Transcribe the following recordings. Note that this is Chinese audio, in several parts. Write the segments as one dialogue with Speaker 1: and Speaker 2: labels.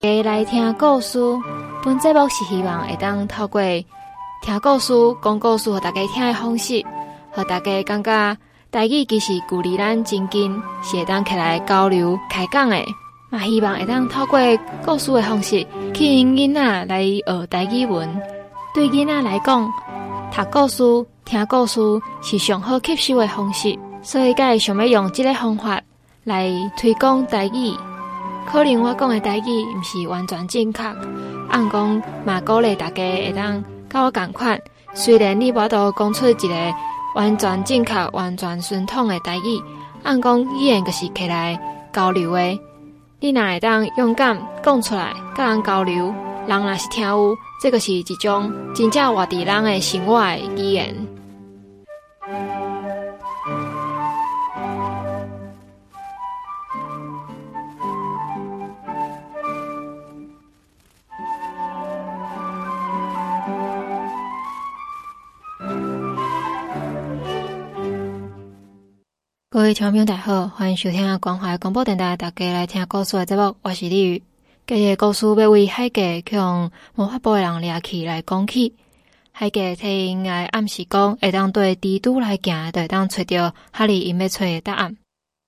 Speaker 1: 来听故事。本节目是希望会当透过听故事、讲故事，互大家听的方式，互大家感觉台语其实距离咱真近，是会当起来交流开讲的。嘛，希望会当透过故事的方式，去引囡仔来学台语文。对囡仔来讲，读故事、听故事是上好吸收的方式，所以才会想要用这个方法来推广台语。可能我讲的台语毋是完全正确，按讲嘛鼓励大家会当甲我同款。虽然你无法度讲出一个完全正确、完全顺统的台语，按讲语言就是起来交流的。你若会当勇敢讲出来，甲人交流，人若是听有，这个是一种真正活伫人的生活的语言。各位听众朋友大家好，欢迎收听关怀广播电台，大家来听故事的节目，我是李宇。今日故事要为海格去用魔法部的人抓起来讲起。海格替因来暗示讲，会当对蜘蛛来行，就会当找到哈利因要找的答案。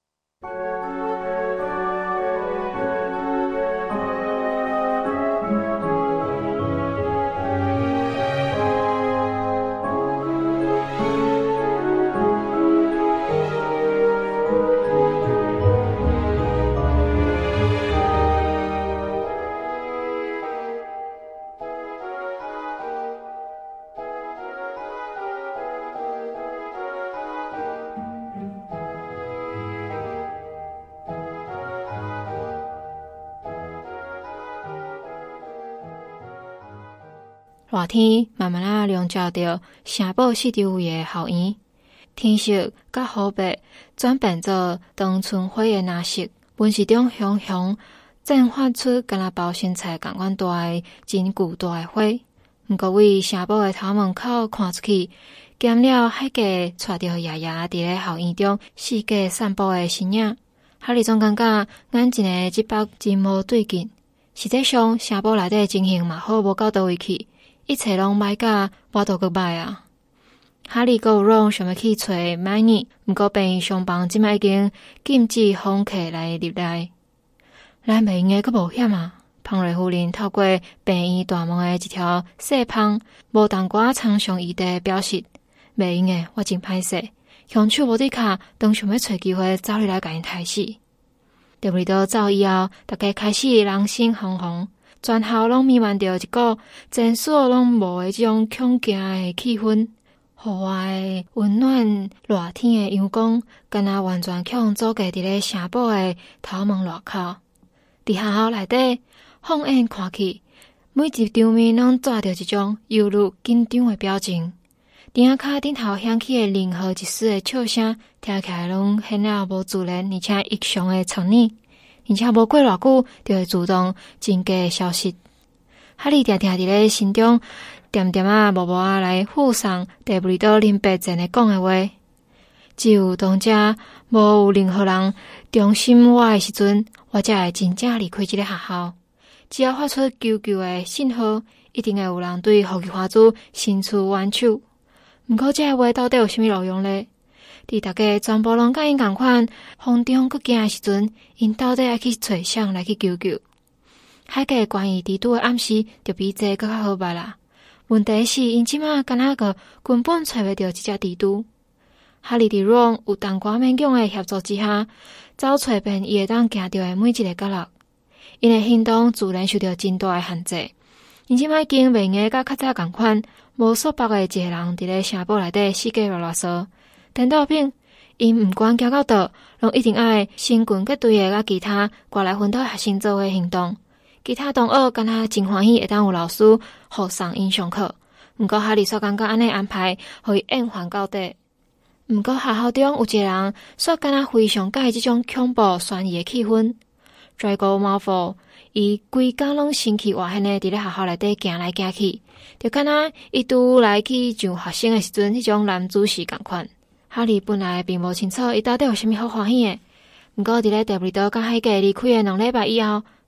Speaker 1: 热天慢慢啊笼罩着城堡四周围的校园，天色甲雨白转变做长春花的蓝色，温室中熊熊绽放出敢若包身材共款大的真巨大的花。毋过为城堡的头门口看出去，减了海格带着爷爷伫咧校园中四界散步的身影。哈利总感觉眼前的这北真无对劲，实际上城堡内底情形嘛好无到倒位去。一切拢歹甲我都阁歹啊！哈利阁有拢想要去找麦尼，毋过病院上房即摆已经禁止访客来入内。咱袂用个阁冒险啊！庞瑞夫人透过病院大门的一条细缝，无同我常常异地表示，袂用个，我真歹势，凶手无伫卡，当想要找机会走入来甲因杀死。伫不到走以后，大家开始人心惶惶。全校拢弥漫着一股前所拢无的这种恐惊的气氛，户外的温暖热天的阳光，敢若完全向阻隔伫咧城堡的头门外口。伫学校内底，放眼看去，每一张面拢带着一种忧虑紧张的表情。顶仔骹顶头响起的任何一丝的笑声，听起来拢显了无自然，而且异常的残忍。而且无过偌久，就会自动真假消失。哈利定定伫咧心中点点啊、默默啊来附送戴布利多林白前的讲的话。只有当遮无有任何人中心我的时阵，我才会真正离开这个学校。只要发出求救的信号，一定会有人对福气花子伸出援手。毋过这个话到底有啥物路用呢？伫大家全部拢甲因共款，慌张佮惊的时阵，因到底爱去找谁来去求救？海格关于蜘蛛的暗示，就比这更较好办啦。问题是，因即马敢若个根本找袂到一只蜘蛛。哈利伫ron有同寡勉强的协助之下，找找遍伊会当行到的每一个角落。因的行动自然受到真大的限制。因即马已经袂用甲较早共款，无束缚的一个人伫咧城堡内底四界乱踅。电脑柄，因毋管行到倒，拢一定爱先群结队的甲其他过来分头学生做伙行动。其他同学敢若真欢喜会当有老师护送因上课，毋过哈利煞感觉安尼安排，互伊厌烦到底。毋过学校中有一个人煞敢若非常介意即种恐怖悬疑的气氛。Draco Malfoy，伊规工拢神气活现的伫咧学校内底行来行去，就敢若伊拄来去上学生的时阵，迄种男主士共款。哈利本来并无清楚伊到底有啥物好欢喜的，毋过伫咧戴布利多甲海格离开的2礼拜以后，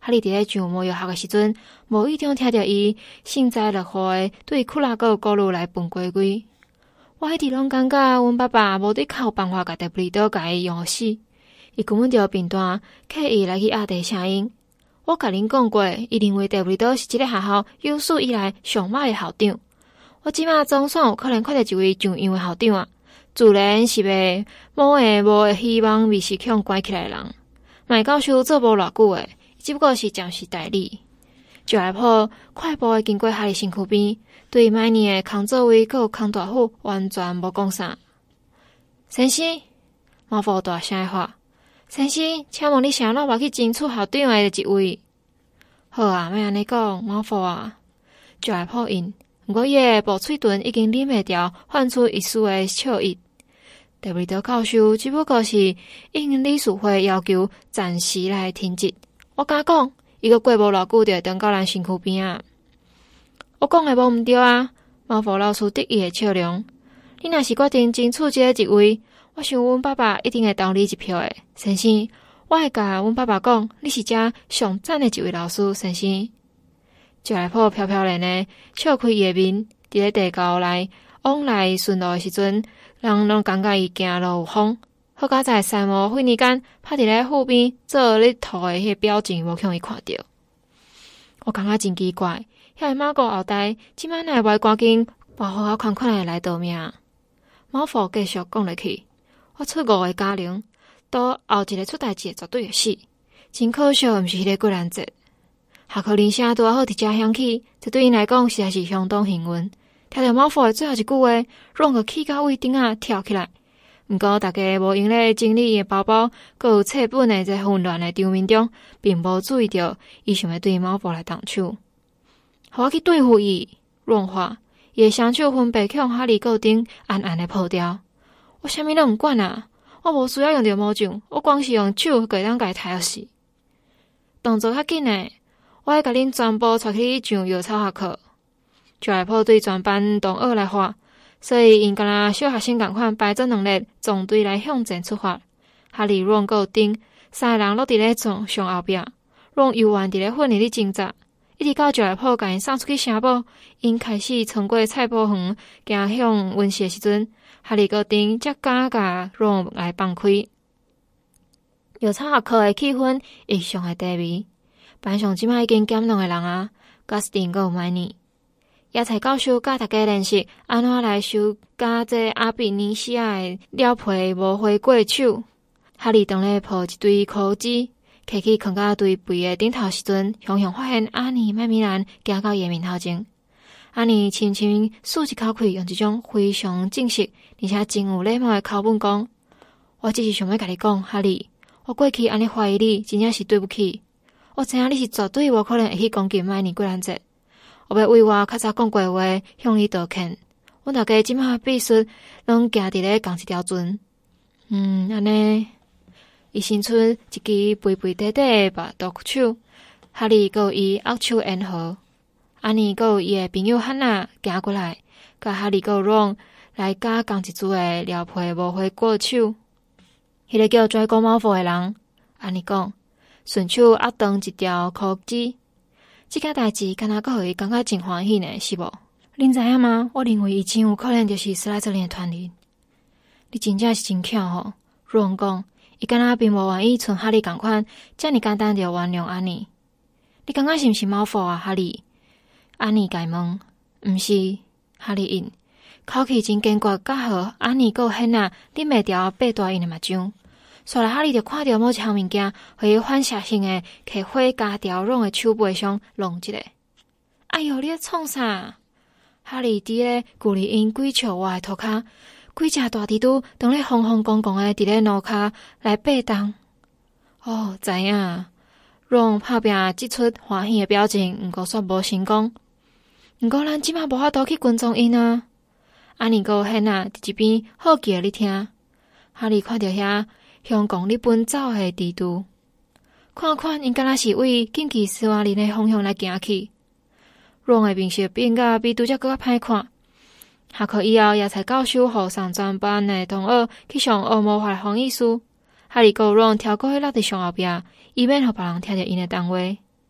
Speaker 1: 哈利伫咧上魔药学的时阵，无意中听到伊幸灾乐祸的对库拉狗鼓励来分龟龟。我迄时拢感觉阮爸爸无得靠办法甲邓布利多甲伊用死，伊根本就评断刻意来去压低声音。我甲恁讲过，伊认为邓布利多是即个学校有史以来上歹的校长。我即马总算有可能看到一位像样的校长啊，自然是被某个无希望被实强关起来的人。麦教授做无偌久诶，只不过是暂时代理。就来破快步的经过哈利身躯边，对麦尼的空座位佮有空大虎完全无讲啥。先生，毛佛大声的话，先生，请问你啥落无去争取校长的一位？好啊，莫安尼讲，毛佛啊，就来破应。毋过伊的薄喙唇已经忍袂住泛出一丝的笑意。邓布利多教授只不过是应理事会要求暂时来停职。我敢讲，伊个过无偌久就会登到咱身躯边啊！我讲的无毋对啊！毛佛露出得意的笑容。你若是决定争取这个职位，我想阮爸爸一定会投你一票的，先生。我会甲阮爸爸讲，你是遮上赞的一位老师，先生。就来破飘飘然的笑开伊的面，伫咧地沟内往来顺路的时阵，人拢感觉伊行路有风。好佳在山毛忽然间趴伫咧湖边做咧吐的迄个表情，无向伊看到。我感觉真奇怪，遐个马国后代即摆哪会袂赶紧保好好款款的来逃命？毛父继续讲落去，我出5个家庭，都后一个出代志绝对会死。真可惜，毋是迄个过人节。下课铃声拄好伫遮响起，这对因来讲实在是相当幸运。听到毛父的最后一句话，让个起到位顶仔跳起来。毋过，大家无用咧整理伊的包包，佮有册本的在混乱的场面中，并无注意到伊想要对毛父来动手。互我去对付伊，软化，伊的双手分别向哈利个顶暗暗的扑掉。我啥物都毋管啊！我无需要用到魔杖，我光是用手就当家杀了死。动作较紧诶，我会甲恁全部带去上药草学课。就来破对全班同学来话。所以，因敢若小学生共款排做2列，纵队来向前出发。哈利、ron 佮丁3个人落伫咧上后壁，ron 游玩伫咧训练咧挣扎，一直到就来破甲因送出去城堡，因开始穿过菜圃园，行向温室的时阵，哈利佮丁才敢甲 ron 来放开。药草学课的气氛异常的低迷，班上即摆已经减2个人啊，贾斯汀佮有麦尼。野菜教授教大家练习安怎来修甲这阿比尼西亚的了皮无花果手。哈利当咧抱一堆枯枝，摕去放到堆肥的顶头时阵，雄雄发现安妮麦米兰行到伊的面头前。安妮轻轻漱一口气，用一种非常正式而且真有礼貌的口吻讲：“我只是想要甲你讲，哈利，我过去安尼怀疑你，真正是对不起。我知影你是绝对无可能会去攻击麦尼过人节。我要为我较早讲过的话向你道歉。阮大家即马必须拢行伫咧同一条船。安尼，伊伸出一支肥肥短短的白毒手，哈利佮伊握手言和。安妮佮伊的朋友汉娜行过来，甲哈利佮 ron 来加共一组的撩皮无花果手。迄个叫拽狗猫夫的人，安妮讲，顺手握断一条枯枝。即件代志敢若佮互伊感觉真欢喜呢，是无？恁知影吗？我认为伊真有可能就是斯莱哲林的传人。你真正是真巧吼！ron讲，伊敢若并无愿意像哈利共款，遮尔简单就原谅安妮。你感觉是毋是猫夫啊，哈利？安妮解问，毋是，哈利应，口气真坚决，甲互安妮佮hen啊啉袂掉8大因的目睭。煞来哈利就看到某一项物件，互伊反射性的摕火加条ron的手背上弄一个。哎哟，你咧创啥？哈利伫咧距离因几尺外的涂骹，几只大蜘蛛当咧风风光光的伫咧路骹来爬动。哦，知影。ron 拍拼即出欢喜的表情，毋过煞无成功。毋过咱即马无法度去跟踪因啊！安妮佮hen啊伫一边好奇的咧听。哈利看到遐向公日本走的蜘蛛，看看因敢若是为禁忌斯瓦林的方向来行去。ron 的面色变甲比拄则搁较歹看。下课以后，野菜教授互上全班的同学去上学魔法的翻译书。哈利佮 ron跳过去落伫上后壁，以免互别人听到因的谈话。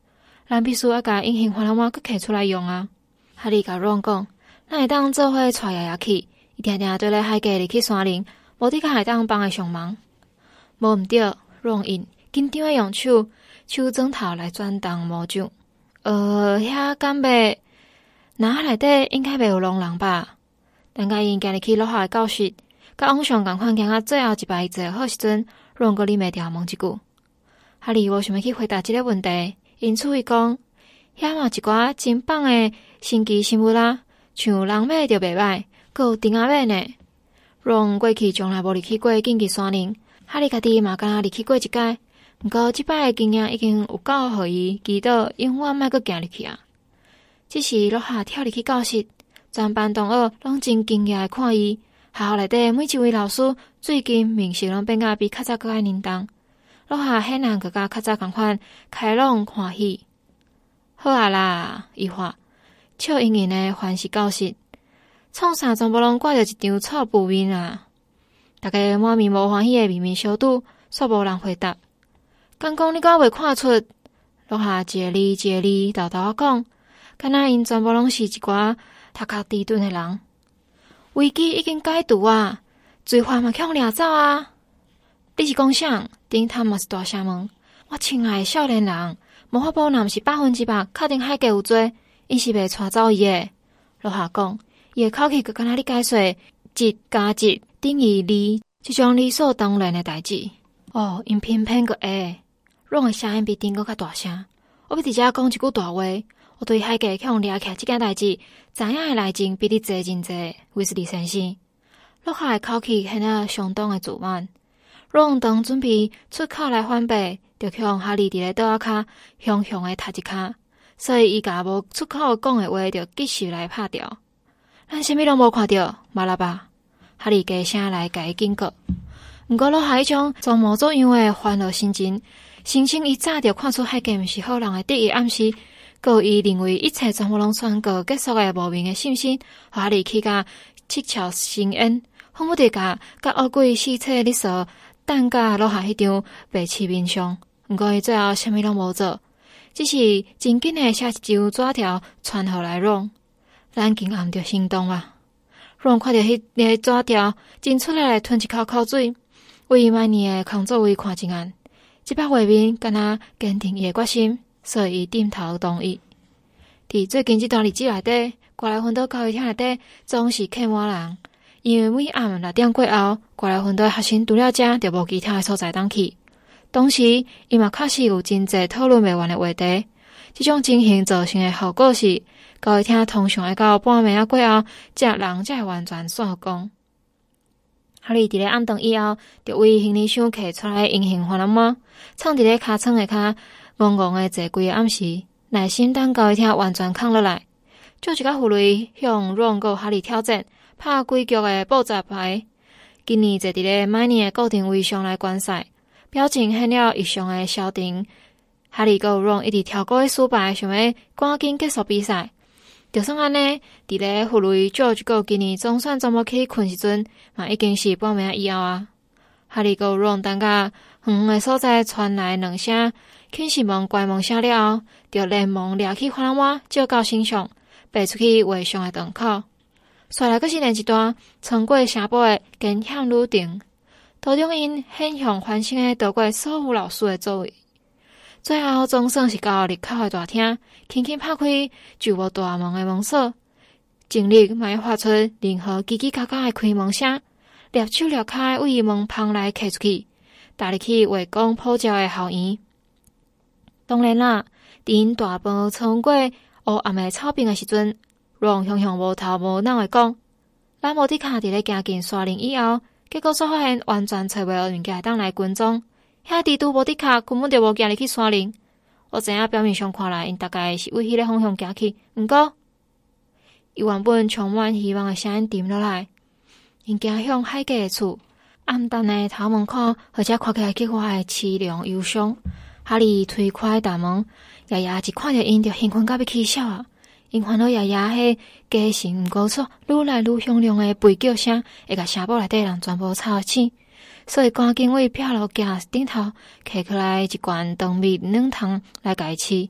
Speaker 1: 咱必须要甲隐形环环仔佮摕出来用啊。哈利甲Ron讲，咱会当做伙带爷爷去，伊定定对咧海家入去山林，无的确会当帮个上忙。无毋对，Ron应紧张的用手指头来转动魔杖。遐敢袂？那内底应该袂有狼人吧？等甲因行入去落下的教室，甲往上共款行到最后一排坐好时阵，Ron 阁啉袂掉问一句。哈利无想要去回答这个问题，因此伊讲，遐嘛一寡真棒的神奇生物啦，像人马就袂歹，阁有丁仔马呢。Ron 过去从来无入去过禁忌山林，哈利家己嘛敢若入去过一摆，毋过即摆的经验已经有够互伊祈祷永远莫阁行入去啊。只是落下跳入去教室，全班同学拢真惊讶的看伊，学校内底每一位老师最近面色拢变甲比较早更加凝重。落下显然更加较早共款开朗欢喜。好啊啦，伊话笑盈盈的欢喜教室，创啥全部拢挂着一张臭布面啊！大家满面无欢喜的面面相拄，煞无人回答。敢讲你敢未看出？落下一个字一个字豆豆讲，敢若因全部拢是一寡头壳低钝的人。危机已经解除啊，罪犯嘛向掠走啊！你是讲啥？顶头嘛是大声问。我亲爱的少年人，魔法部若毋是100%确定海家有罪，因是袂带走伊的。落下讲，伊的口气佮敢若你解说1加1等于2这种理所当然的代志。哦，因偏偏佮会。Ron的声音比顶佮较大声。我要直接讲一句大话，我对海家向掠起这件代志，知影的内情比你侪真侪，威斯利先生。落下的口气显得相当的自满。Ron 当准备出口来反驳，就向哈利伫咧桌仔骹凶凶的踢一骹，所以伊甲无出口讲的话，就继续来拍掉。咱啥物拢无看到，马拉巴。哈利低声来甲伊警告。毋过落下迄种装模作样的欢乐心情，声称伊早就看出海家毋是好人的得意暗示，佮伊认为一切全部拢宣告结束的无名的信心，互哈利去甲七窍生烟，恨不得甲恶鬼四册历史等甲落下迄张白痴面相。毋过伊最后啥物拢无做，只是真紧的写一张纸条传互来Ron，咱今暗着行动啊！Ron看到迄个纸条，真出来吞一口口水，为伊明年的工作位看一眼。即摆画面敢若坚定伊的决心，所以伊点头同意。伫最近这段日子内底，国内分岛教育厅内底总是客满人，因为每暗6点过后，国内分岛学生除了遮，就无其他的所在当去。同时，伊嘛确实有真侪讨论袂完的话题。这种情形造成的后果是，教育厅通常会到半暝过后，人才会完全煞光。哈利伫咧暗顿以后，就为行李箱摕出来隐形环仔，藏伫咧尻川下骹，戆戆的坐规个暗时，耐心等教育厅完全空落来，做一个护类向Ron佮哈利挑战，拍几局的爆炸牌。今年坐伫咧每年的固定位上来观赛，表情显了异常的消沉。哈利佮Ron一直跳过输败，想要赶紧结束比赛。就算安尼，伫咧护类George佮今年总算全部去困时阵，嘛已经是半暝以后啊。哈利佮Ron等甲远的所在传来两声轻视门关门声了后，就连忙掠起环仔照到身上，爬出去画上的洞口。煞来阁是练一段穿过城堡的艰险旅程，途中因很向欢欣的逃过所有老师的座位。最后总算是到入口的大厅，轻轻拍开就无大门的门锁，尽力莫发出任何叽叽嘎嘎的开门声，蹑手蹑脚为门旁来骑出去，踏入去画光普照的校园。当然啦，伫因大步穿过黑暗的草坪的时阵，Ron雄雄无头无脑的讲：“咱无伫卡伫咧行进山林以后，结果煞发现完全找袂到物件当来跟踪。遐地拄无伫卡，根本就无行入去山林。我知影表面上看来，因大概是为迄个方向行去。毋过，伊原本充满希望的声音沉落来。因行向海家的厝，暗淡的头门口，或者看起来格外的凄凉忧伤。哈利推开大门，爷爷一看到因就兴奋到要起笑啊！因看到爷爷迄加神毋过错、愈来愈响亮的吠叫声，会甲城堡内底人全部吵醒。所以赶紧为飘落架顶头摕起来一罐长蜜软糖来甲伊吃，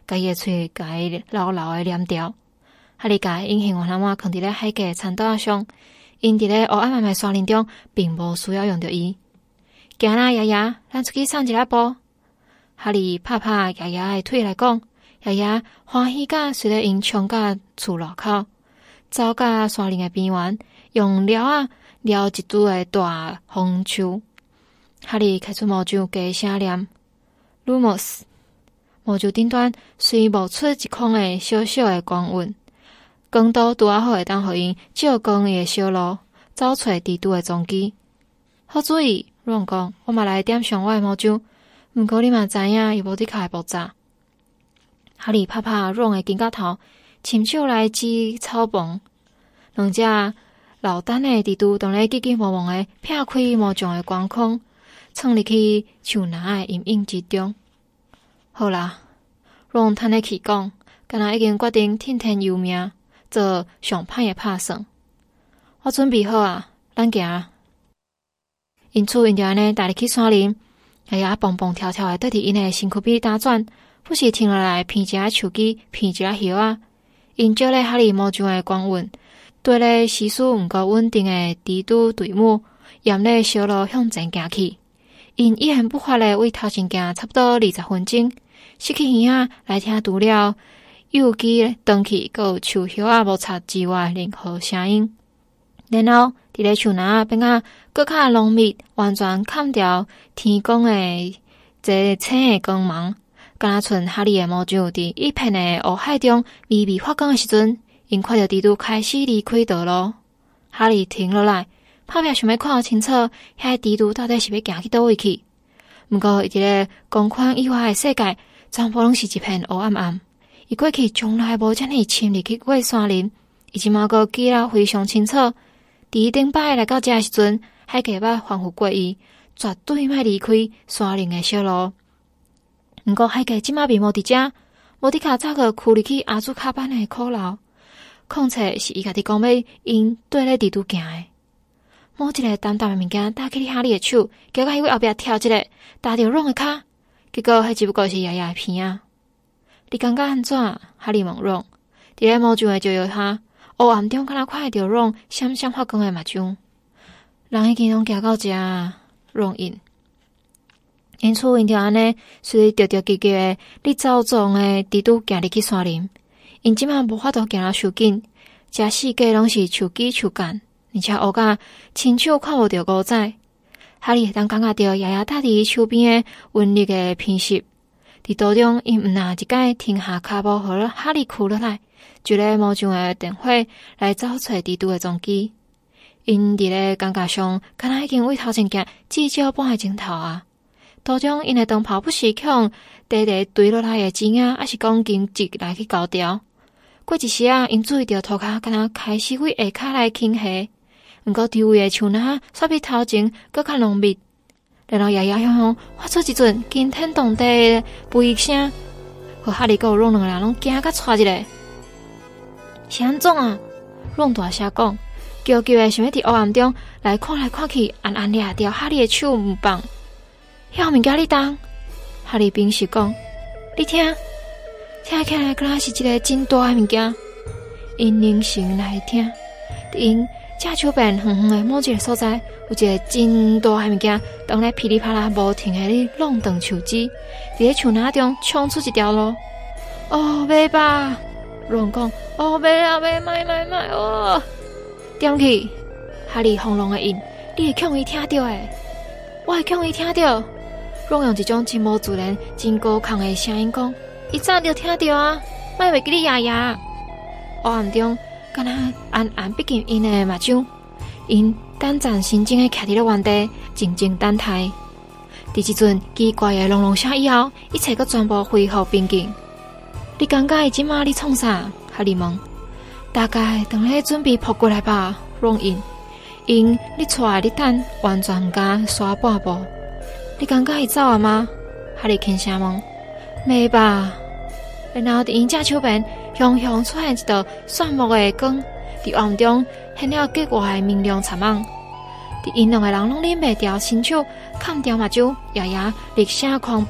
Speaker 1: 家己的喙甲伊牢牢的黏牢。哈利甲隐形娃娃放伫咧海底餐桌上，因伫咧黑暗暗的山林中，并无需要用到伊。行啦，爷爷，咱出去散一下步。哈利拍拍爷爷的腿来讲，爷爷欢喜甲随着因冲到厝路口，走到山林的边缘，用撩啊撩一株的大枫树。哈利开出毛酒加写念 Lumos， 毛酒顶端随冒出一孔的小小的光晕，光度拄啊好会当互因照光伊的小路，找找蜘蛛的踪迹。好主意，阮讲，我嘛来点上我的毛酒，毋过你嘛知影伊无伫卡的爆炸。哈利拍拍阮的金甲头，亲手来指草棚，两只老等的蜘蛛当咧急急忙忙的劈开毛将的光孔，窜入去树林的阴影之中。好啦，阮叹咧气讲，敢若已经决定听天由命，做上歹的拍算。我准备好啊，咱行。因此，因就安尼带入去山林，爷爷蹦蹦跳跳的对伫因的身躯边打转，不时停落来片一下树枝，片一下叶啊。因照咧哈利毛上的光晕，对咧时速毋够稳定的蜘蛛队伍，沿咧小路向前行去。因一言不发咧为头前行差不多20分钟，失去耳仔来听除了幼鸡断去，佮有树叶啊摩擦之外任何声音。然后伫咧树林变啊搁较浓密，完全砍掉天光的这青的光芒，敢若剩哈利的毛酒伫一片的乌海中微微发光的时阵，因看到蜘蛛开始离开道路。哈利停落来，拍拼想要看清楚遐蜘蛛到底是要行去倒位去。毋过伊伫咧光宽以外的世界，全部拢是一片黑暗暗。伊过去从来无遮尔深入去过山林，伊即马个记得非常清楚。伫顶摆来到遮的时阵，海鸡捌反复过伊，绝对莫离开山林的小路。毋过海鸡即马并无伫遮，无伫卡早个跍入去阿祖卡班的苦楼，况且是伊家己讲要因对咧蜘蛛行的。某一个淡淡的物件搭起哈利的手，叫甲伊往后壁跳一个，踏着阮的骹，结果迄只不过是爷爷的鼻啊。你感觉安怎？哈利问阮，伫咧毛上的照耀下，黑暗中敢若看会着阮闪闪发光的目睭。人已经拢行到遮啊，阮应。因此因就安尼随着着急急的你走状的蜘蛛行入去山林。因即马无法度行到树紧，遮四界拢是树枝树干，而且乌甲亲手看无着五指。哈利会当感觉到爷爷搭伫树边的温热的偏湿。伫途中，因毋若一摆停下脚步，互哈利跍落来，就咧毛上的电火来找找蜘蛛的踪迹。因伫咧感觉上，敢若已经为头前行至少半个钟头啊。途中，因的灯泡不时向地地坠落来的钱仔，还是讲金值来去交掉。过一时啊，因注意到涂骹敢若开始为下骹来倾斜，毋过周围的树林煞比头前搁较浓密。然后爷爷向向发出一阵惊天动地的吠声，和哈利佮阮两个人拢惊甲喘一个。是安怎啊？阮大声讲，焦急的想要伫黑暗中来看去，暗暗掠掉哈利的手毋放。遐物件你当？哈利平时讲，你听起来敢若是一个真大的物件。因凝神来听，因正手边远远的某一个所在，有一个真大的物件，当咧噼里啪啦无停的咧弄断树枝，伫咧树林中冲出一条路。哦，袂吧！阮讲，哦，袂啊，袂，卖哦！点去？哈利轰隆的应，你会强伊听到诶？我会强伊听到。阮用一种真无自然、真高亢的声音讲，伊早就听到啊，卖袂记你爷爷。黑暗中，敢若暗暗逼近因的目睭，因胆战心惊的徛伫咧原地，静静等待。伫一阵奇怪的隆隆声以后，一切阁全部恢复平静。你感觉伊即马咧创啥？哈利问。大概当咧准备扑过来吧，阮应。因咧出来咧等，完全毋敢刷半步。你感觉伊走啊吗？哈利轻声问。袂吧。然后伫因只手边，雄雄出现一道炫目的光，伫暗中显了格外的明亮灿烂。伫因两个人拢忍袂掉伸手，砍掉目睭，爷爷厉声狂吠，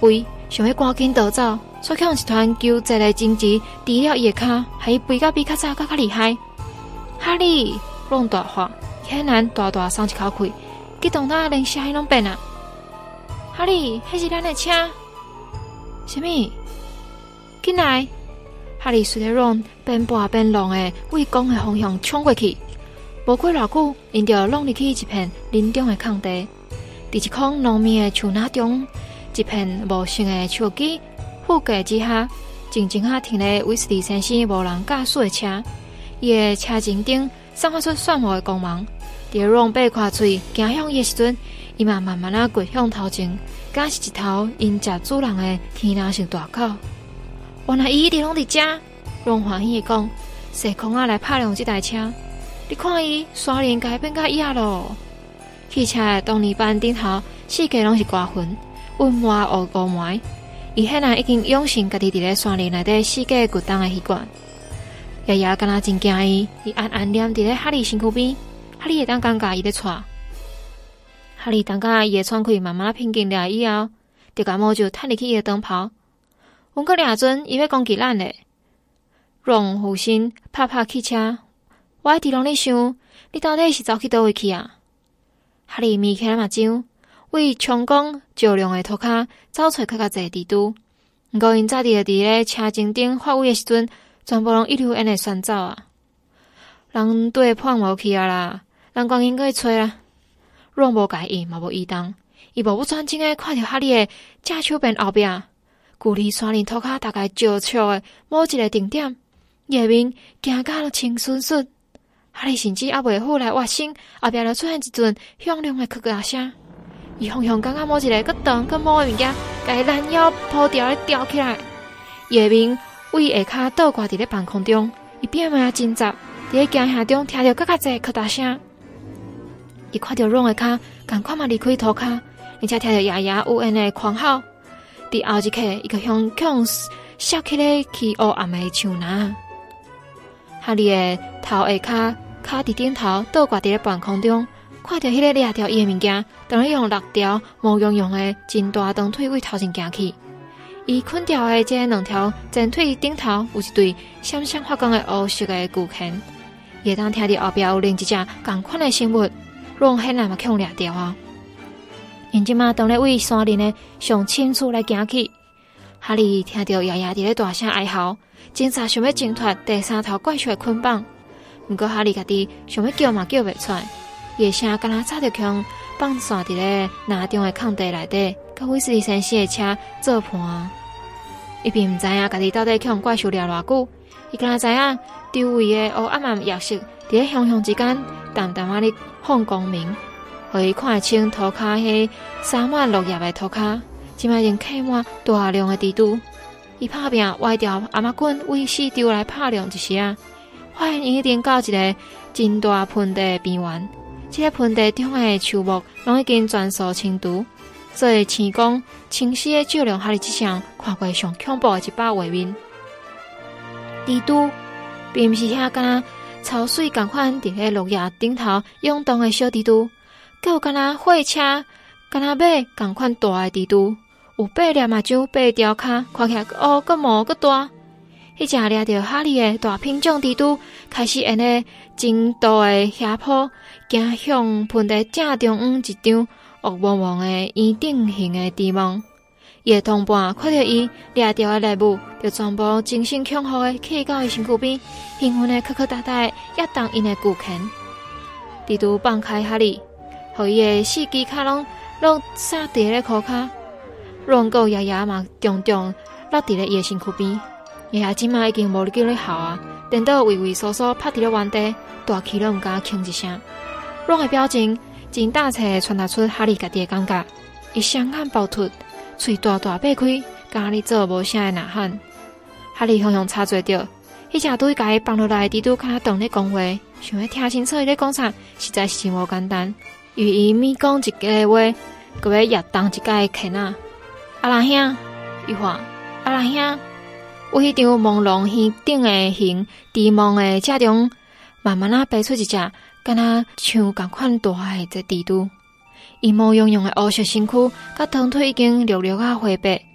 Speaker 1: 想要赶紧逃走，却向一团纠结的荆棘抵了伊的骹，害伊飞到比较早较厉害。哈利，拢大喊，显然大大松一口气，激动到连声音拢变啊！哈利，迄是咱的车。什么？进来！哈利随着ron边爬边浪的为光的方向冲过去，无过偌久，因就浪入去一片林中的空地。伫一筐浓密的树林中，一片茂盛的树枝覆盖之下，静静啊停咧威斯利先生无人驾驶的车。伊的车前顶散发出炫目的光芒。伫ron爬开喙行向伊的时阵，伊嘛慢慢啊过向头前，敢是一头因食主人的天蓝色大狗。原来伊一直拢伫遮，ron欢喜地讲：“细空啊来拍亮这台车，你看伊山林改变甲野咯。”汽车的动力板顶头四界拢是刮痕，温满乌霾。伊显然已经养成家己伫咧山林内底四界掘洞的习惯。爷爷敢若真惊伊安安念伫咧哈利身躯边，哈利会当感觉伊咧喘。哈利当甲伊的喘气慢慢平静了以后，就甲毛就探入去伊的长袍。阮阁掠阵，伊要攻击咱咧。ron负心拍拍汽车，我一直拢咧想，你到底是走去倒位去啊？哈利眯起来目睭，为阳光照亮的涂骹找出较侪蜘蛛。不过因早伫咧车前顶发威的时阵，全部拢一溜烟的旋走啊！人对碰无去啊啦，人赶紧过去找啦。ron无介意，嘛无移动，伊目不转睛的看着哈利的正手边后壁，距离山林涂骹大概照笑的某一个定点，伊的面惊甲青顺顺。哈利甚至还袂赴来挖心，后壁就出现一阵响亮的咔咔声。伊方向感觉某一个佮长佮毛的物件，甲伊拦腰扑掉咧吊起来。伊的面为下骹倒挂伫咧半空中，伊变嘛真杂，伫咧惊吓中听到较侪咔嗒声。伊看到ron的骹，赶快嘛离开涂骹，而且听到爷爷有缘的狂吼。伫后一刻，伊就向烧起咧起乌暗的树林。哈利的头下骹卡伫顶头倒挂伫咧半空中，看到迄个掠掉伊的物件，当然用6条毛茸茸的真大长腿为头前行去。伊捆掉的这2条前腿顶头有一对闪闪发光的乌色的巨鉗，伊会当听到后壁有另一只同款的生物，ron显然嘛去掠掉啊！因即马当咧为山林的上深处来行去。哈利听到爷爷伫咧大声哀嚎，挣扎想要挣脱第3头怪兽的捆绑。不过哈利家己想要叫嘛叫袂出来，伊的声敢若早就强放散伫咧林中的空地内底，甲威斯利先生的车做伴。伊并毋知影家己到底向怪兽掠偌久，伊敢若知影周围的黑暗暗夜色伫咧熊熊之间淡淡仔咧放光明，互伊看会清涂骹迄洒满落叶的涂骹，即摆已经刻满大量的蜘蛛。伊拍拼歪掉阿妈棍为四周来拍亮一时，发现伊已经到一个真大盆地的边缘。这个盆地中的树木拢已经全数清除，所以星光清晰的照亮哈利即双看过上恐怖的一把画面。蜘蛛并毋是遐敢若潮水共款伫咧落叶顶头涌动的小蜘蛛，佮有敢若火车、敢若马共款大的蜘蛛。有8粒嘛，就8条骹，看起来乌、佮毛、佮大。迄只掠着哈利的大品种蜘蛛，开始沿着真大的斜坡，行向盆地正中央一张乌蒙蒙的圆顶形的地网。伊的同伴看到伊掠着的猎物，就全部精神恐吓的骑到伊身躯边，兴奋的磕磕哒哒的压动因的巨鉗。蜘蛛放开哈利，互伊的4只脚拢撒伫咧裤骹。ron佮爷爷嘛重重落伫咧伊的身躯边，爷爷即马已经无力叫咧嚎啊，颠倒畏畏缩缩趴伫咧原地，大气都毋敢吭一声。ron的表情真大切传达出哈利家己的感觉，伊双眼暴突，喙大大擘开，甲你做无声的呐喊。哈利向插做着，迄只对家己放落来的蜘蛛脚动咧讲话，想要听清楚伊咧讲啥，实在是真无简单。与伊每讲一个话，佮要压动一个鉗啊！阿拉兄，伊话阿拉兄，有迄张朦胧耳顶的形地梦的车中，慢慢爬出一只敢若像共款大的只蜘蛛。伊毛茸茸的乌色身躯，甲长腿已经绿绿啊灰白，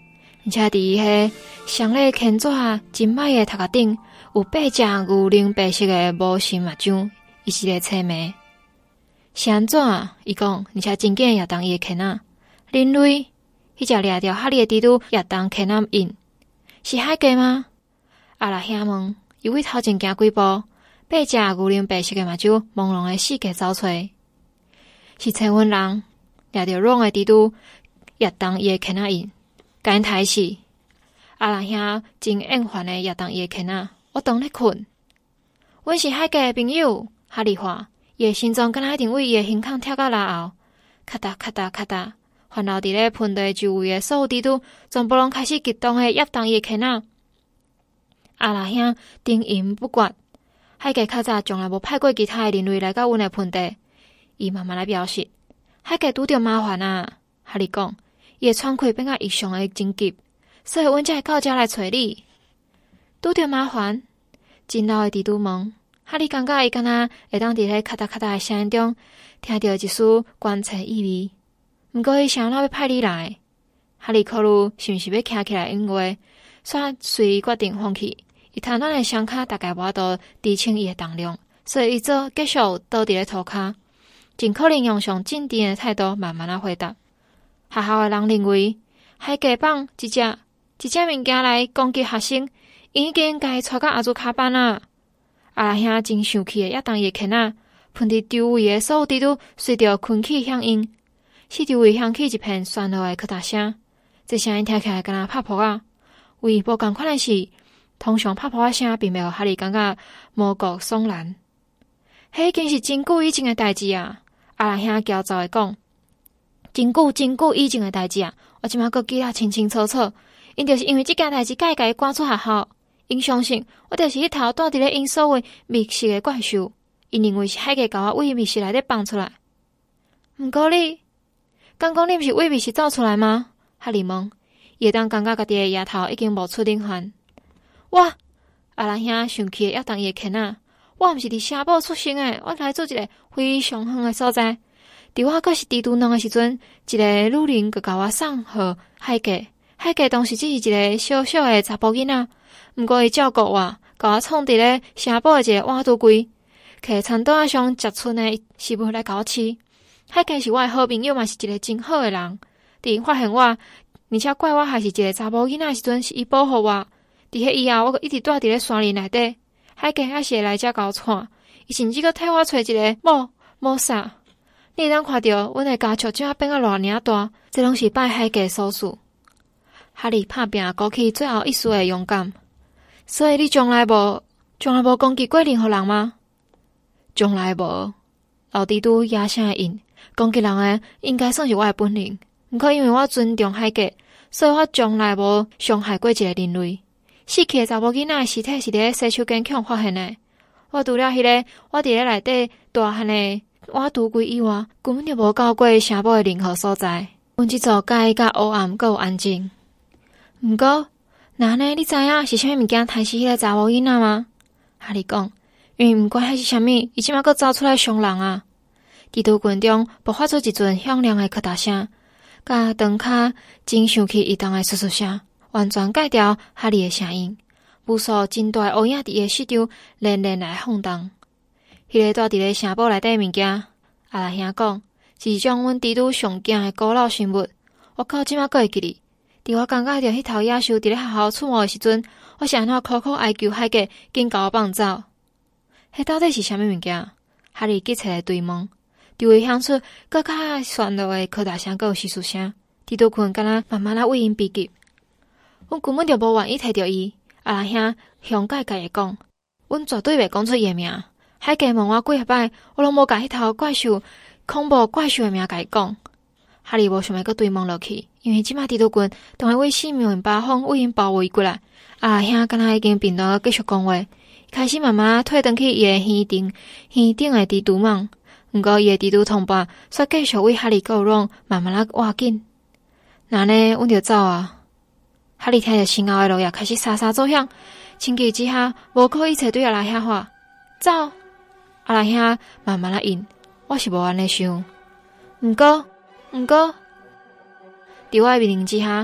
Speaker 1: 而且伫伊迄上咧牵纸真歹诶头壳顶有8只牛奶白色诶无形目睭，伊是咧猜谜。是安怎？伊讲，而且真紧摇动伊诶牵仔，人类迄只掠着哈利诶蜘蛛摇动牵仔印，是海鸡吗？阿拉兄问，伊为头前行几步，8只牛奶白色诶目睭朦胧诶四界走出，是找阮人掠着软诶蜘蛛摇动伊诶牵仔印。甲因抬死，阿拉兄真厌烦诶，摇动伊诶牵仔。我当咧困，阮是海鸡诶朋友。哈利话，伊诶心脏敢若一定为伊诶胸腔跳到拉后，咔嗒咔嗒咔嗒，环绕伫咧盆地周围诶所有蜘蛛，全部拢开始激动诶摇动伊诶牵仔。阿拉兄沉吟不决，海鸡较早从来无派过其他诶人类来到阮诶盆地。伊慢慢来表示，海鸡拄着麻烦啊。哈利讲。伊诶喘气变甲异常诶真急，所以阮才会到遮来找你。拄着麻烦，真老诶蜘蛛问，哈利感觉伊敢若会当伫迄咔嗒咔嗒诶声音中，听到一丝关切意味。毋过伊想哪要派你来？哈利考虑是毋是要徛起来应话，煞随决定放弃。伊瘫软诶双脚大概无法度支撑伊诶重量，所以伊做继续倒伫咧涂骹，尽可能用上镇定诶态度慢慢啊回答。学校诶人认为，海鸡放一只物件来攻击学生，已经甲伊带到阿祖卡班啊！阿拉兄真生气诶，摇动伊诶牵仔，喷伫周围诶所有蜘蛛随着困气响应，四周围响起一片喧闹诶敲打声，这声音听起来敢若拍扑啊！唯无共款诶是，通常拍扑啊声并袂互哈利感觉毛骨悚然。迄已经是真久以前诶代志啊！阿拉兄焦躁诶讲。真久以前诶代志啊！我即马阁记得清清楚楚，因就是因为即件代志，甲伊赶出学校。因相信我就是迄头住伫咧因所谓密室诶怪兽，因认为是海鸡甲我为密室内底放出来。毋过你，敢讲你毋是为密室走出来吗？哈利问，伊会当感觉家己诶牙头已经无出冷汗。我，阿拉兄生气诶摇动伊诶牵仔，我毋是伫城堡出生诶，我来自一个非常远诶所在。伫我阁是蜘蛛卵诶时阵，一个女人就甲我送互海鸡。海鸡当时只是一个小小诶查甫囡仔，毋过伊照顾我，甲我创伫咧城堡诶一个碗橱柜，摕餐桌上食剩诶食物来甲我吃。海鸡是我诶好朋友，嘛是一个真好诶人。伫因发现我，而且怪我还是一个查某囡仔诶时阵，是伊保护我。伫迄以后，我一直住伫咧山林内底，海鸡还是会来遮甲我看。伊甚至阁替我找一个某啥。你会当看到，阮诶家畜怎啊变啊偌尔大，这拢是拜海鸡所赐。哈利拍拼鼓起最后一丝诶勇敢。所以你从来无攻击过任何人吗？从来无。老蜘蛛压声诶应，攻击人诶应该算是我诶本能。毋过因为我尊重海鸡，所以我从来无伤害过一个人类。死去诶查某囡仔诶尸体是伫咧洗手间腔发现诶。我除了迄个我伫咧内底大汉诶碗橱柜以外，根本就无到过城堡诶任何所在。阮即座介甲黑暗，阁有安静。毋过，那呢？你知影是啥物物件杀死迄个查某囡仔吗？哈利讲，因为毋管迄是啥物，伊即马阁走出来伤人啊！蜘蛛群中爆发出一阵响亮诶敲打声，甲长骹真生气移动诶簌簌声，完全盖掉哈利诶声音。无数真大诶乌影伫伊诶四周连连来晃动。迄个住伫咧城堡内底诶物件，阿拉兄讲，是一种阮蜘蛛上惊诶古老生物。我到即马阁会记哩。伫我感觉到迄头野兽伫咧学校出没诶时阵，我是安怎苦苦哀求海鸡紧甲我放走。迄到底是啥物物件？哈利急切来追问。周围响出更较喧闹诶敲打声，阁有窸窣声。蜘蛛群敢若慢慢啊为因逼近。阮根本就无愿意摕着伊。阿拉兄向家己讲，阮绝对袂讲出伊诶名。海鸡问我几下摆，我拢无甲迄头恐怖怪兽诶名甲伊讲。哈利无想要阁追问落去，因为即马蜘蛛群当会为四面八方为因包围过来。阿拉兄敢若已经平淡继续讲话，开始慢慢退转去伊诶耳顶诶蜘蛛网。毋过伊诶蜘蛛同伴却继续为哈利够拢慢慢啊挖紧。那呢，阮着走啊！哈利听着身后诶落叶开始沙沙作响，情急之下无顾一切对阿拉兄话：走！阿拉兄慢慢啊应，我是无安尼想。毋过，伫我诶命令之下，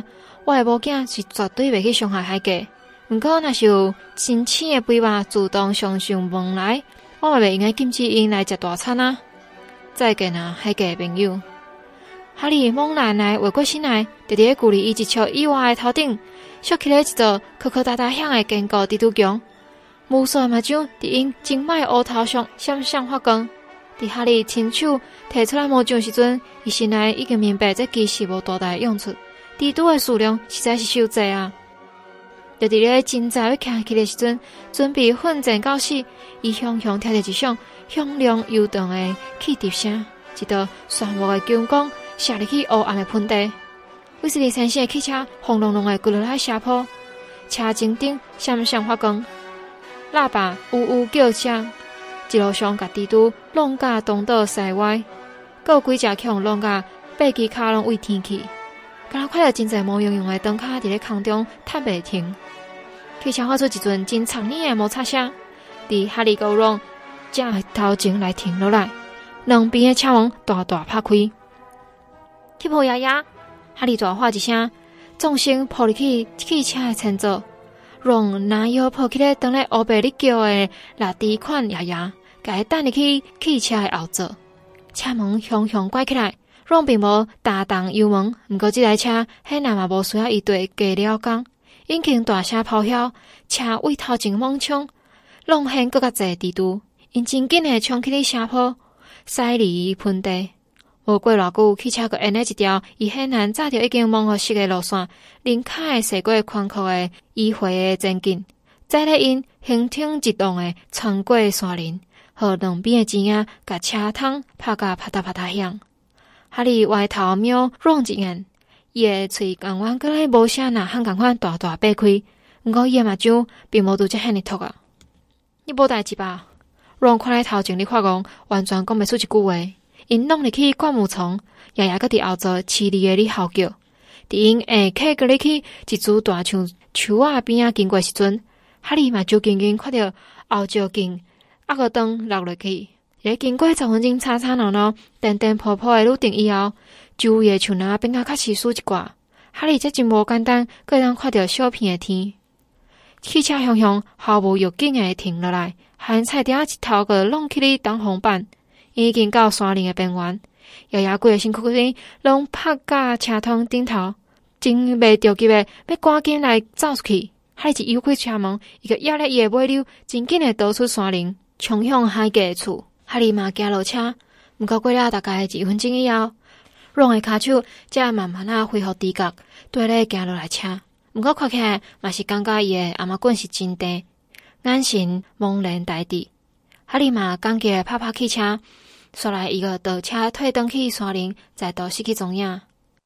Speaker 1: 我的某囝是绝对袂去伤害海家。毋过若是有真醒的肥肉主动上门来，我嘛袂应该禁止因来食大餐啊！再见啊，海家的朋友。哈利猛然来回过身来，直伫距离伊1尺以外的头顶，削起了一座磕磕哒哒响的坚固蜘蛛墙。无数的目睭伫因精美乌头上闪闪发光。伫哈利亲手摕出来毛睭时阵，伊心内已经明白这其实无大大的用处，蜘蛛的数量实在是伤济啊！就伫咧真早要徛起的时阵，准备奋战到死，伊雄雄听到一响响亮悠长的汽笛声，一道炫目的金光射入去黑暗的盆地。威斯利先生的汽车轰隆隆的滚落来下坡，车前顶闪闪发光，喇叭呜呜叫声，一路上甲蜘蛛弄甲东倒西歪，还有几只强弄甲背脊骹拢为天去，敢若看到真侪毛茸茸的灯卡伫咧空中踏袂停。汽车发出一阵真长耳的摩擦声，伫哈利高荣正头前来停落来，两边的车门大大拍开。去抱爷爷！哈利大喊一声，纵身扑入去汽车的前座，让拿腰抱起来当咧乌白里叫的拉低款爷爷，甲伊等入去汽车的后座。车门雄雄关起来，让并无打动油门，毋过这台车显然嘛无需要伊对加了工。引擎大声咆哮，车为头前猛冲，弄现更较侪蜘蛛，因真紧的冲起哩斜坡，驶离盆地。无过偌久，汽车佫沿了一条伊显然早就已经模糊色的路线，林凯驶过宽阔的迂回的前进，载咧因行挺直动的穿过山林，和两边的枝仔甲车窗拍甲啪嗒啪嗒响。哈利歪头瞄望一眼。伊的喙共阮搁咧无啥呐喊共款大大擘开，毋过伊的目睭并无拄则遐尼凸啊。你无代志吧？让看咧头前咧发光，完全讲袂出一句话。因弄入去灌木丛，爷爷搁伫后座凄厉的咧嚎叫。伫因下客搁入去一株大像树仔边仔经过时阵，哈利嘛就紧紧看到后照镜压个灯落落去。咧经过10分钟吵吵闹闹、颠颠簸簸的路程以后，周围的树林变甲较稀疏一寡，哈利才真无简单，佫会当看到小片的天。汽车雄雄毫无预警的停落来，和菜丁一头个弄起哩挡风板，已经到山林的边缘。爷爷规个身躯拢拍甲车窗顶头，真袂着急的要赶紧来走出去。哈利一摇开车门，伊个压咧伊的尾溜，真紧的逃出山林，冲向海家的厝。哈利嘛行落车，毋过过了大概2分钟以后，让的骹手才慢慢恢复知觉，对咧行落来车。毋过看起来嘛是感觉伊的阿妈棍是真地，眼神茫然呆滞。哈利嘛感激拍拍汽车，煞来伊个倒车退转去山林，再度失去踪影。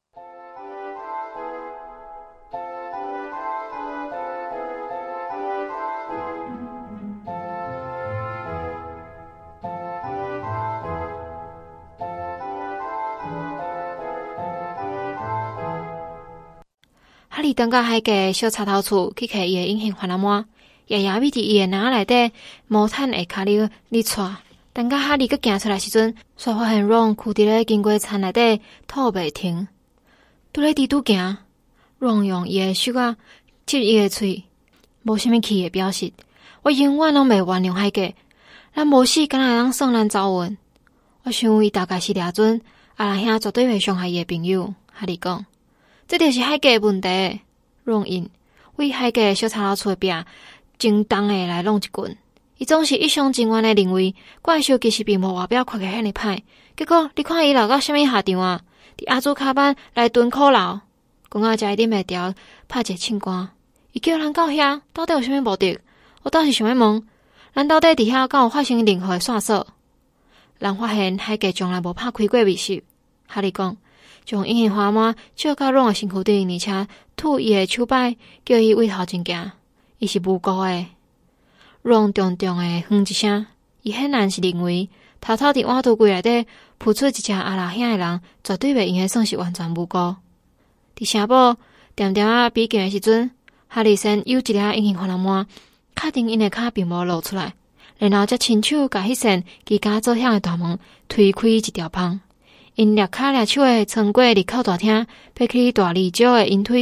Speaker 1: 哈利登到海家小插头厝去摕伊的隐形环篮膜，爷爷咪伫伊的篮内底毛毯下骹里带。等到哈利佮行出来时阵，煞发现Ron跍伫咧经过田内底吐袂停。拄咧伫拄行，Ron用伊的手啊吸伊的喙，无啥物气的表示。我永远拢袂原谅海家，咱无死敢若通算咱走运。我想伊大概是掠准阿拉兄绝对袂伤害伊的朋友。哈利讲。这就是海家的问题。Ron因为海家的小插头厝的壁，真重的来弄一棍。伊总是一厢情愿的认为怪兽其实并无外表看起来遐尼歹。结果你看伊落到什么下场啊？伫阿祖卡班来蹲苦牢，公仔才一定袂调拍一个庆歌。伊叫人到遐，到底有啥物目的？我倒是想要问，咱到底伫遐敢有发生任何的线索？人发现海家从来无拍开过密室。哈利讲。将隐形花膜照到Ron的身躯顶，而且吐伊的手摆，叫伊为头前行。伊是无辜的。Ron重重的哼一声，伊显然是认为偷偷伫碗橱柜内底扑出一只阿拉兄的人，绝对袂用的算是完全无辜。伫城堡点点比近的时阵，哈利先有一粒隐形花篮膜，确定因的脚并无露出来，然后才亲手甲迄扇机甲做响的大门推开一条缝。因掠脚掠手的穿过入口大厅，爬起大二招的引推，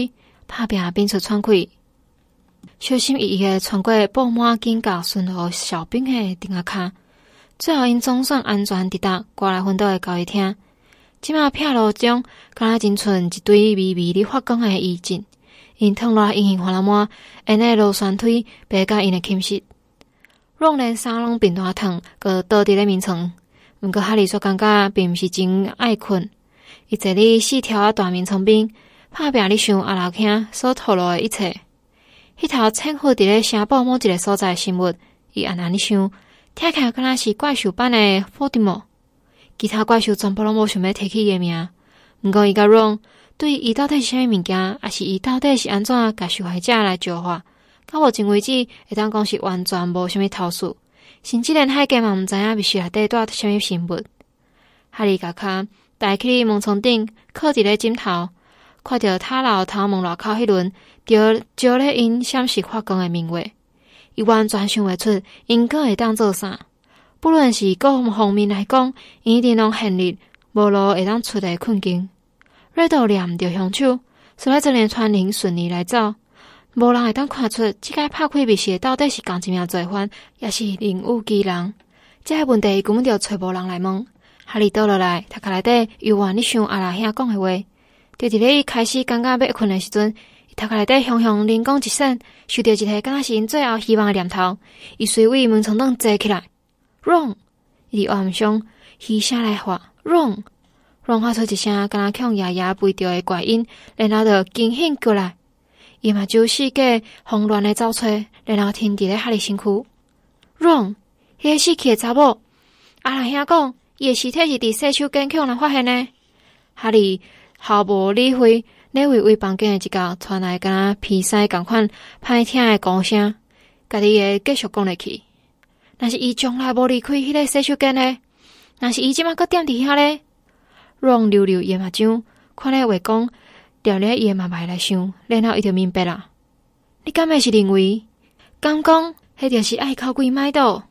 Speaker 1: 拍拼变出喘气，小心翼翼地穿过布满警戒巡逻哨兵的顶仔骹，最后因总算安全抵达过来分岛的交易厅。即马撇路中，敢若仅剩一堆微微咧发光的遗迹，因躺落隐形花篮满，因的螺旋腿爬甲因的寝室。拢连衫拢变大烫，佮倒伫咧眠床。毋过哈利却感觉并毋是真爱困，伊坐伫4条啊大眠床边，拍拼咧想阿老兄所透露的一切。迄头潜伏伫咧城堡某一个所在的生物，伊暗暗咧想，听起来敢若是怪兽版的伏地魔。其他怪兽全部拢无想要提起伊的名，毋过伊甲Ron对伊到底是啥物物件，还是伊到底是安怎甲受害者来召唤，到目前为止会当讲是完全无啥物头绪，甚至连海家嘛毋知影密室内底住啥物生物。哈利甲骹抬起哩门床顶，靠伫咧枕头，看到塔楼头门外口迄轮照咧因闪烁发光的明月，伊完全想袂出因阁会当做啥。不论是各方面来讲，因一定拢陷入无路会当出的困境。瑞斗念毋着凶手，所以这连传令顺利来走，无人会当看出即个拍开密室到底是同一名罪犯，也是另有其人。这个问题根本就找无人来问。哈利倒落来，头壳内底犹原咧想阿拉兄讲的话，就伫咧伊开始感觉要困的时阵，伊头壳内底雄雄灵光一闪，想到一个敢若是因最后希望的念头，伊随位门床顶坐起来。Ron， 伊伫暗上嘘声来喊 Ron，Ron 发出一声敢若向爷爷吠着的怪音，然后就惊醒过来。伊嘛就四界慌乱的走出，然后停伫咧哈利身躯。Ron， 迄个死去的查某，阿拉兄讲，伊的尸体是伫洗手间被人发现的。哈利毫无理会，咧为房间的一角传来敢若鼻塞共款歹听的鼓声，家己会继续讲落去。若是伊从来无离开迄个洗手间呢？若是伊即马搁踮伫遐呢？Ron溜溜伊目睭，看咧话讲，调咧伊的目脉来想，然后伊就明白啦。你敢会是认为，敢讲迄就是爱哭鬼麦岛？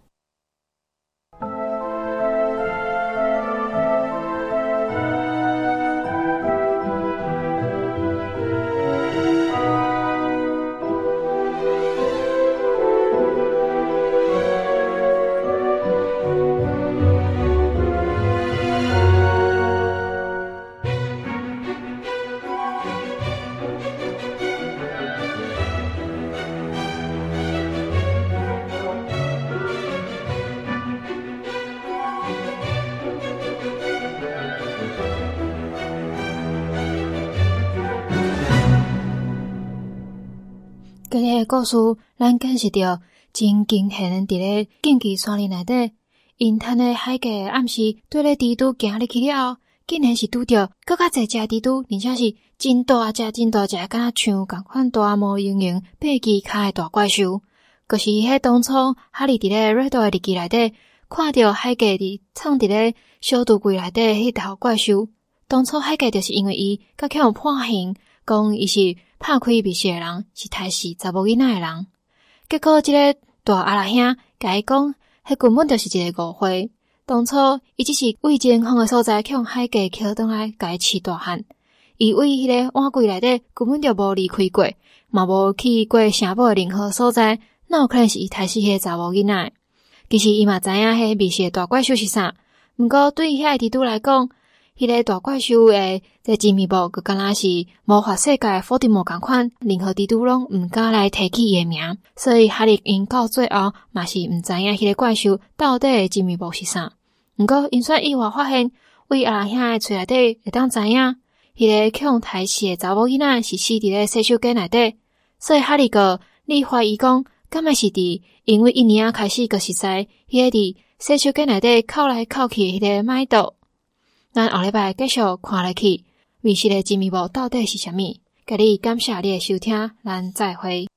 Speaker 1: 今日的故事，咱见识到真惊险伫咧禁忌山林内底，阴滩的海家暗时对咧蜘蛛行入去了后，竟然是拄着更较侪只蜘蛛，而且是真大只、敢若像共款大模盈盈、八只脚的大怪兽。就是迄当初哈利伫咧瑞多的日记内底看到海家伫藏伫咧小橱柜内底迄头怪兽。当初海家就是因为伊甲去互判刑，讲伊是拍开密室的人，是杀死查某囡仔的人。结果即个大阿拉兄甲伊讲，迄根本就是一个误会。当初伊只是为前方的所在去互海家捡倒来，甲伊饲大汉。伊为迄个碗柜内底根本就无离开过，嘛无去过城堡的任何所在，哪有可能是伊杀死迄个查某囡仔？其实伊嘛知影迄密室的大怪兽是啥，毋过对于遐个蜘蛛来讲，迄个大怪兽的这真面目，佮敢若是魔法世界的伏地魔共款，任何蜘蛛拢毋敢来提起伊的名，所以哈利因到最后嘛是毋知影迄个怪兽到底的真面目是啥。毋过因却意外发现，为阿拉兄的喙内底会当知影，迄个向杀死的查某囡仔是死伫咧洗手间内底，所以哈利个你怀疑讲，敢会是伫因为一年啊开始就是在迄个伫洗手间内底哭来哭去的迄个麦岛。咱后礼拜继续看落去，密室的真面目到底是啥物？甲你感谢你的收听，咱再会。